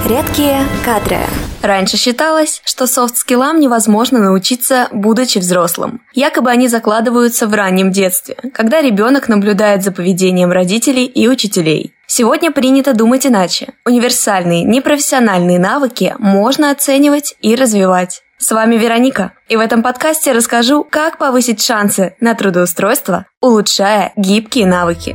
Редкие кадры. Раньше считалось, что софт-скиллам невозможно научиться, будучи взрослым. Якобы они закладываются в раннем детстве, когда ребенок наблюдает за поведением родителей и учителей. Сегодня принято думать иначе. Универсальные, непрофессиональные навыки можно оценивать и развивать. С вами Вероника, и в этом подкасте расскажу, как повысить шансы на трудоустройство, улучшая гибкие навыки.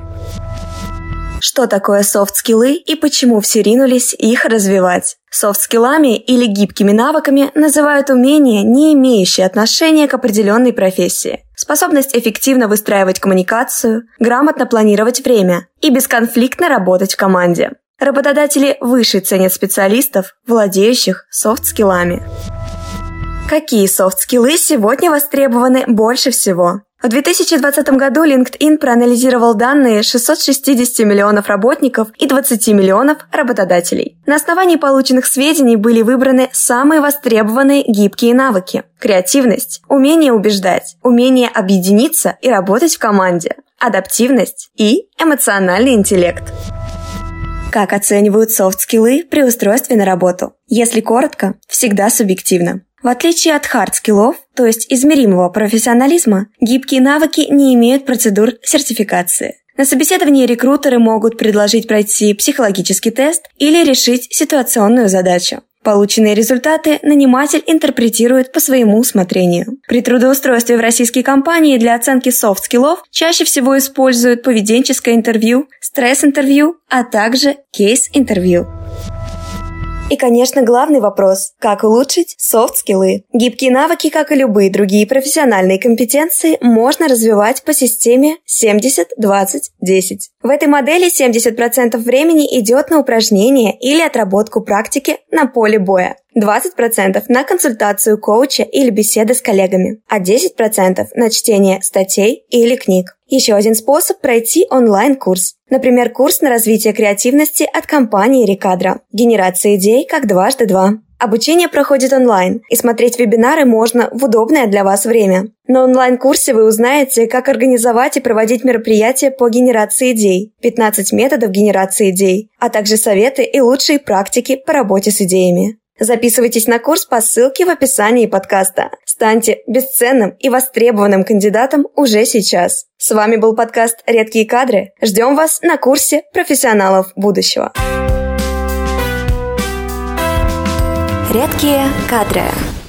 Что такое софт-скиллы и почему все ринулись их развивать? Софт-скиллами или гибкими навыками называют умения, не имеющие отношения к определенной профессии. Способность эффективно выстраивать коммуникацию, грамотно планировать время и бесконфликтно работать в команде. Работодатели выше ценят специалистов, владеющих софт-скиллами. Какие софт-скиллы сегодня востребованы больше всего? В 2020 году LinkedIn проанализировал данные 660 миллионов работников и 20 миллионов работодателей. На основании полученных сведений были выбраны самые востребованные гибкие навыки: креативность, умение убеждать, умение объединиться и работать в команде, адаптивность и эмоциональный интеллект. Как оценивают софт-скиллы при устройстве на работу? Если коротко, всегда субъективно. В отличие от хард-скиллов, то есть измеримого профессионализма, гибкие навыки не имеют процедур сертификации. На собеседовании рекрутеры могут предложить пройти психологический тест или решить ситуационную задачу. Полученные результаты наниматель интерпретирует по своему усмотрению. При трудоустройстве в российские компании для оценки софт-скиллов чаще всего используют поведенческое интервью, стресс-интервью, а также кейс-интервью. И, конечно, главный вопрос – как улучшить софт-скиллы? Гибкие навыки, как и любые другие профессиональные компетенции, можно развивать по системе 70-20-10. В этой модели 70% времени идет на упражнения или отработку практики на поле боя, 20% на консультацию коуча или беседы с коллегами, а 10% на чтение статей или книг. Еще один способ – пройти онлайн-курс. Например, курс на развитие креативности от компании Recadra. Генерация идей как 2×2. Обучение проходит онлайн, и смотреть вебинары можно в удобное для вас время. На онлайн-курсе вы узнаете, как организовать и проводить мероприятия по генерации идей, 15 методов генерации идей, а также советы и лучшие практики по работе с идеями. Записывайтесь на курс по ссылке в описании подкаста. Станьте бесценным и востребованным кандидатом уже сейчас. С вами был подкаст «Редкие кадры». Ждем вас на курсе профессионалов будущего. Редкие кадры.